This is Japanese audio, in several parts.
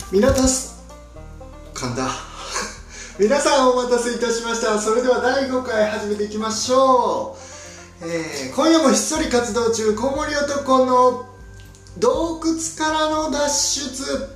皆さんお待たせいたしました。それでは第5回始めていきましょう。今夜もひっそり活動中、コウモリ男の洞窟からの脱出。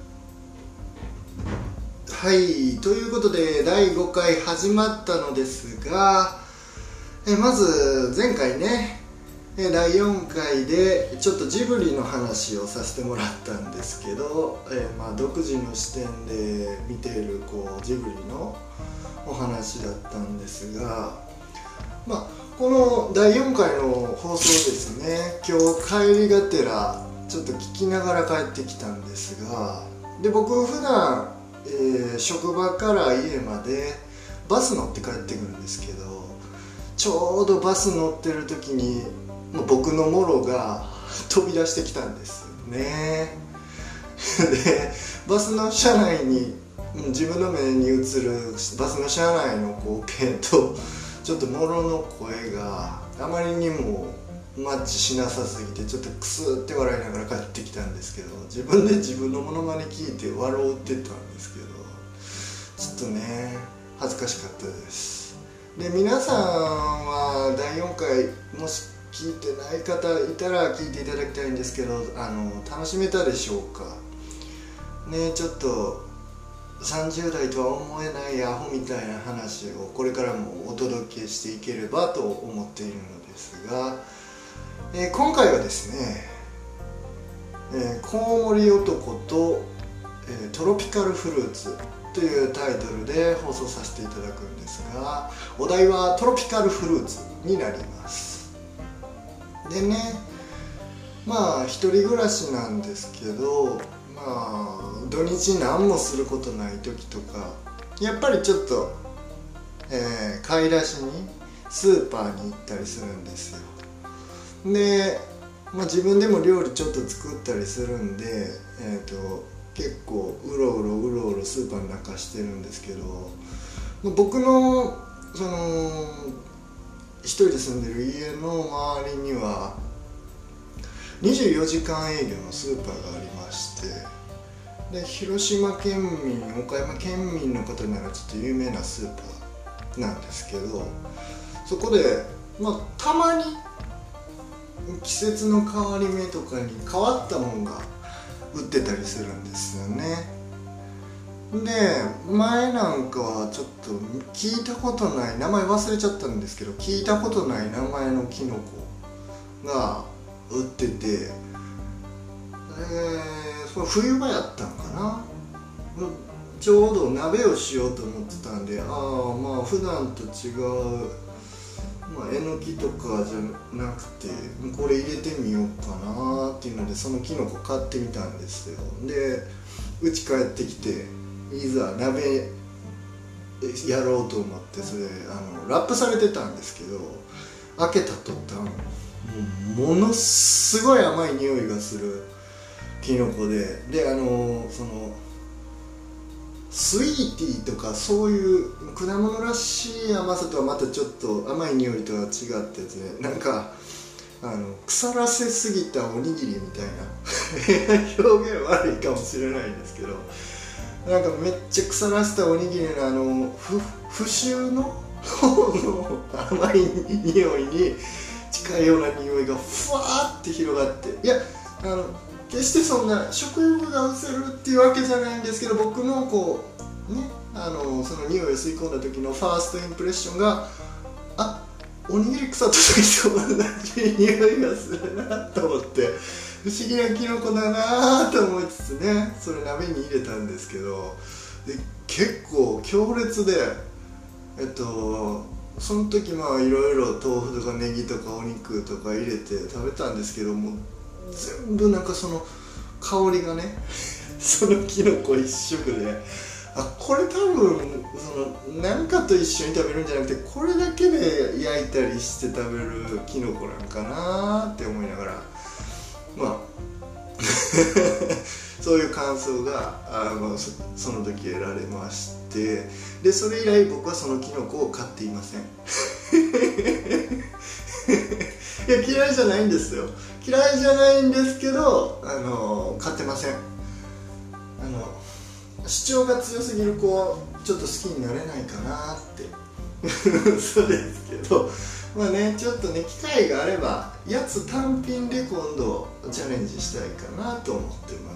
はい、ということで第5回始まったのですが、まず前回ね、第4回でちょっとジブリの話をさせてもらったんですけど、独自の視点で見ているジブリのお話だったんですが、この第4回の放送ですね、今日帰りがてらちょっと聞きながら帰ってきたんですが、で僕普段、職場から家までバス乗って帰ってくるんですけど、ちょうどバス乗ってる時に僕のもろが飛び出してきたんですよね。でバスの車内に自分の目に映るバスの車内の光景とちょっともろの声があまりにもマッチしなさすぎて、ちょっとクスって笑いながら帰ってきたんですけど、自分で自分のモノマネ聞いて笑うってたんですけど、ちょっとね恥ずかしかったです。で皆さんは第4回もし聞いてない方いたら聞いていただきたいんですけど、楽しめたでしょうかね。ちょっと30代とは思えないアホみたいな話をこれからもお届けしていければと思っているのですが、今回はですね、コウモリ男と、トロピカルフルーツというタイトルで放送させていただくんですが、お題はトロピカルフルーツになります。でね、一人暮らしなんですけど、土日何もすることない時とかやっぱりちょっと、買い出しにスーパーに行ったりするんですよ。で、自分でも料理ちょっと作ったりするんで、結構うろうろスーパーの中してるんですけど、僕のその一人で住んでる家の周りには24時間営業のスーパーがありまして、で広島県民、岡山県民の方ならちょっと有名なスーパーなんですけど、そこでたまに季節の変わり目とかに変わったものが売ってたりするんですよね。で前なんかはちょっと聞いたことない、名前忘れちゃったんですけど、聞いたことない名前のキノコが売ってて、それ冬場やったんかな。ちょうど鍋をしようと思ってたんで、普段と違う、えのきとかじゃなくてこれ入れてみようかなっていうので、そのキノコ買ってみたんですよ。で家帰ってきていざ鍋やろうと思って、それラップされてたんですけど、開けた途端ものすごい甘い匂いがするキノコで、そのスイーティーとかそういう果物らしい甘さとはまたちょっと甘い匂いとは違ってて、なんか腐らせすぎたおにぎりみたいな表現悪いかもしれないんですけど、なんかめっちゃ腐らせたおにぎりの腐臭の方の甘い匂いに近いような匂いがふわーって広がって、いや決してそんな食欲が失せるっていうわけじゃないんですけど、僕のその匂いを吸い込んだ時のファーストインプレッションが、おにぎり腐った時と同じ匂いがするなと思って、不思議なキノコだなと思いつつね、それ鍋に入れたんですけど、で結構強烈で、その時いろいろ豆腐とかネギとかお肉とか入れて食べたんですけども、全部なんかその香りがねそのキノコ一色で、これ多分その何かと一緒に食べるんじゃなくて、これだけで焼いたりして食べるキノコなんかなって思いながら、そういう感想がその時得られまして、でそれ以来僕はそのキノコを買っていません。いや嫌いじゃないんですよ、嫌いじゃないんですけど買ってません。 主張が強すぎる子ちょっと好きになれないかなってそうですけど、まあね、ちょっとね機会があればやつ単品で今度チャレンジしたいかなと思ってます。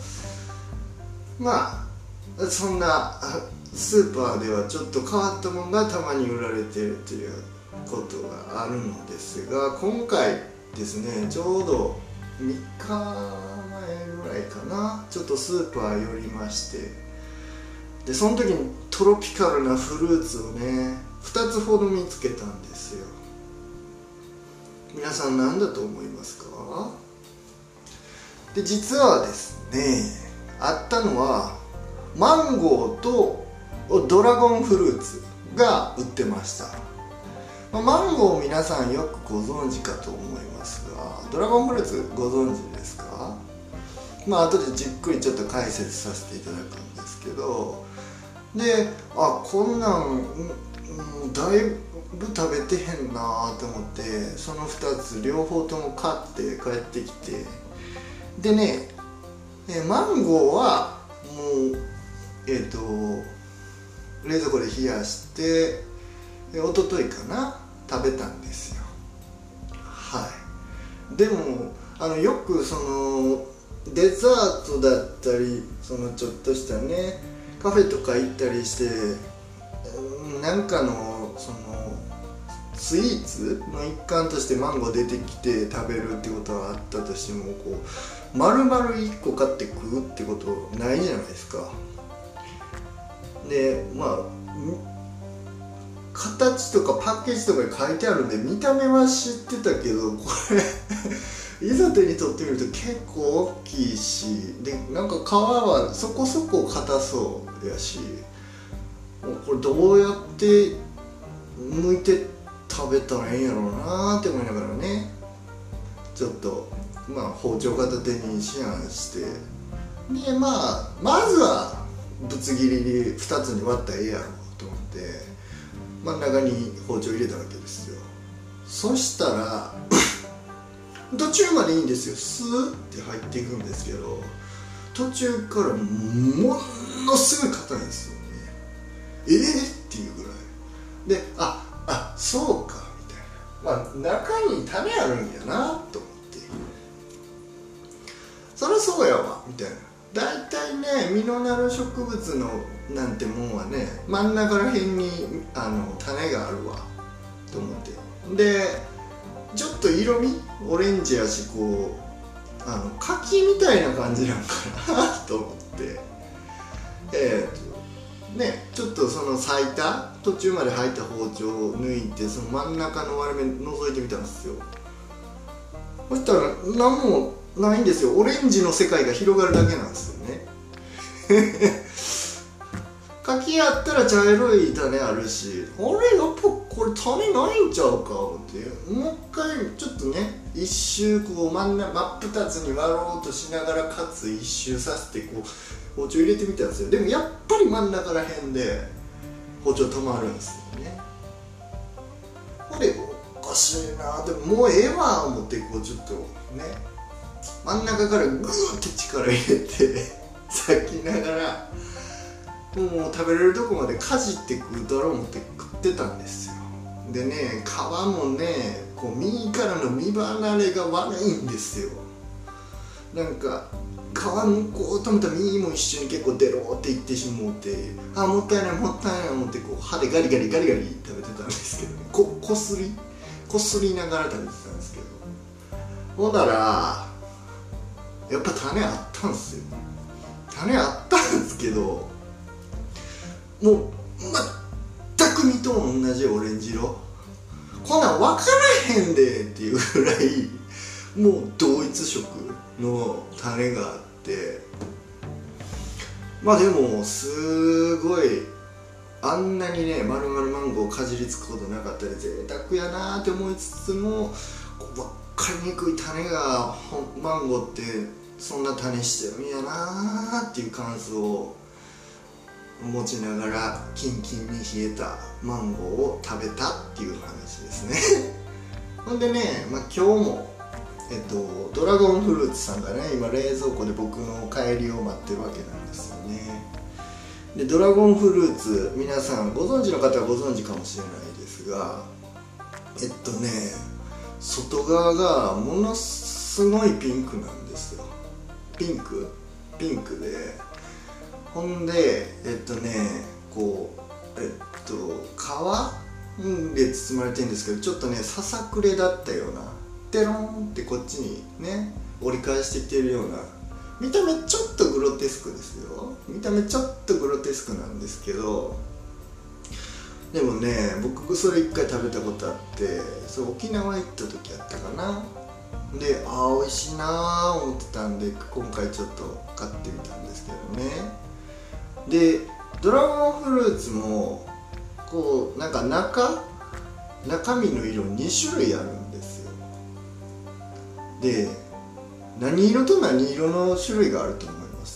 まあそんなスーパーではちょっと変わったものがたまに売られているということがあるのですが、今回ですね、ちょうど3日前ぐらいかな、ちょっとスーパー寄りまして、でその時にトロピカルなフルーツをね2つほど見つけたんですよ。皆さん何だと思いますか？で実はですね、あったのはマンゴーとドラゴンフルーツが売ってました。マンゴー皆さんよくご存知かと思いますが、ドラゴンフルーツご存知ですか？後でじっくりちょっと解説させていただくんですけど、でこんなんだいぶ食べてへんなと思って、その2つ両方とも買って帰ってきて、でね、マンゴーはもう冷蔵庫で冷やして一昨日かな食べたんですよ。はい。でもよくそのデザートだったり、そのちょっとしたねカフェとか行ったりして、なんかのそのスイーツの一環としてマンゴー出てきて食べるってことはあったとしても、こう丸々1個買って食うってことないじゃないですか。で形とかパッケージとかに書いてあるんで見た目は知ってたけど、これいざ手に取ってみると結構大きいし、でなんか皮はそこそこ硬そうやし、これどうやって剥いて食べたらええんやろうなって思いながらね、ちょっと包丁片手に思案して、でまずはぶつ切りに2つに割ったらええやろと思って真ん中に包丁入れたわけですよ。そしたら途中までいいんですよ、スーって入っていくんですけど、途中からものすごい硬いんですよね。っていうぐらいで、そうかみたいな、中に種あるんやなと思って、そりゃそうやわみたいな。だいたいね、実のなる植物のなんてもんはね、真ん中らへんに種があるわと思って、でちょっと色味オレンジやし、こう柿みたいな感じなんかなと思って、ちょっとその途中まで入った包丁を抜いて、その真ん中の割れ目覗いてみたんですよ。そしたら何もないんですよ。オレンジの世界が広がるだけなんですよね柿やったら茶色い種あるし、あれやっぱこれ種ないんちゃうか思って、もう一回ちょっとね一周こう真っ二つに割ろうとしながら、かつ一周させてこう包丁入れてみたんですよ。でもやっぱり真ん中らへんで包丁止まるんですよね。これおかしいな、でももうええわ思って、こうちょっとね真ん中からグーって力入れて裂きながら、もう食べれるとこまでかじって食うだろう思って食ってたんですよ。でね、皮もねこう身からの身離れが悪いんですよ。なんか皮むこうと思ったら身も一緒に結構デローっていってしもうて、もったいないもったいない思って、こう歯でガリガリ食べてたんですけど、こすりながら食べてたんですけど、ほんだらやっぱ種あったんすよ。種あったんですけど、もう全く身と同じオレンジ色、こんなん分からへんでっていうぐらいもう同一色の種があって、でもすごいあんなにね丸々マンゴーかじりつくことなかったり贅沢やなって思いつつも、分かりにくい種がマンゴーってそんな種してるんやなっていう感想を持ちながら、キンキンに冷えたマンゴーを食べたっていう話ですねほんでね、今日もドラゴンフルーツさんがね今冷蔵庫で僕の帰りを待ってるわけなんですよね。でドラゴンフルーツ皆さんご存知の方はご存知かもしれないですが外側がものすごいピンクなんですよ。ピンクでほんでこう皮で包まれてるんですけどちょっとねささくれだったようなテロンってこっちにね折り返してきてるような見た目ちょっとグロテスクですよ。見た目ちょっとグロテスクなんですけどでもね僕それ一回食べたことあって沖縄行った時やったかな。で美味しいなぁ思ってたんで今回ちょっと買ってみたんですけどね。でドラゴンフルーツもこうなんか中身の色2種類あるんですよ。で何色と何色の種類があると思います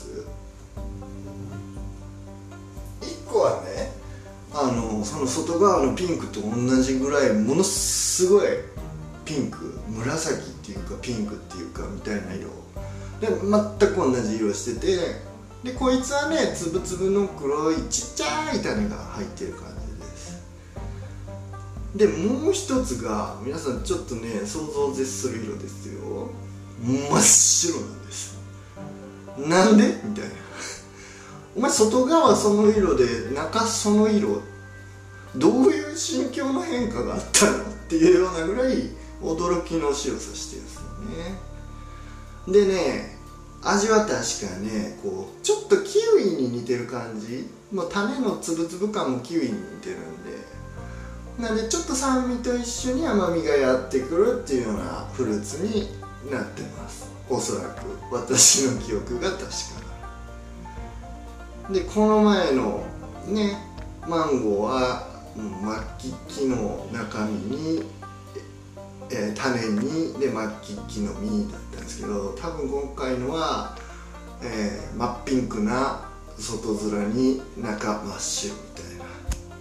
？1個はねその外側のピンクと同じぐらいものすごいピンク紫っていうかピンクっていうかみたいな色で全く同じ色しててでこいつはねつぶつぶの黒いちっちゃい種が入ってる感じです。でもう一つが皆さんちょっとね想像を絶する色ですよ。真っ白なんです。なんでみたいなお前外側その色で中その色どういう心境の変化があったのっていうようなぐらい驚きの白さしてるんですよね。でね味は確かねこうちょっとキウイに似てる感じもう種のつぶつぶ感もキウイに似てるんでなんでちょっと酸味と一緒に甘みがやってくるっていうようなフルーツになってます。おそらく私の記憶が確かな。でこの前のねマンゴーは末期の中身に種にで末期の実だったんですけど多分今回のは、真っピンクな外面に中真っ白みたいな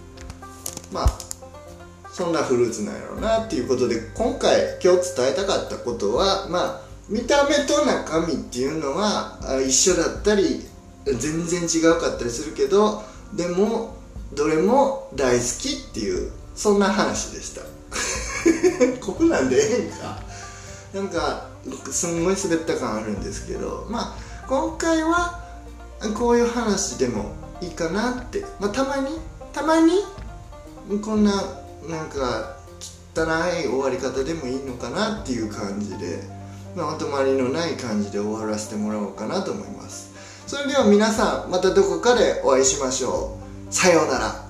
そんなフルーツなんやろうなっていうことで今日伝えたかったことは見た目と中身っていうのは一緒だったり全然違うかったりするけどでもどれも大好きっていうそんな話でしたここなんでええんかなんかすんごい滑った感あるんですけど今回はこういう話でもいいかなってたまにこんななんか汚い終わり方でもいいのかなっていう感じでまとまりのない感じで終わらせてもらおうかなと思います。それでは皆さんまたどこかでお会いしましょう。さようなら。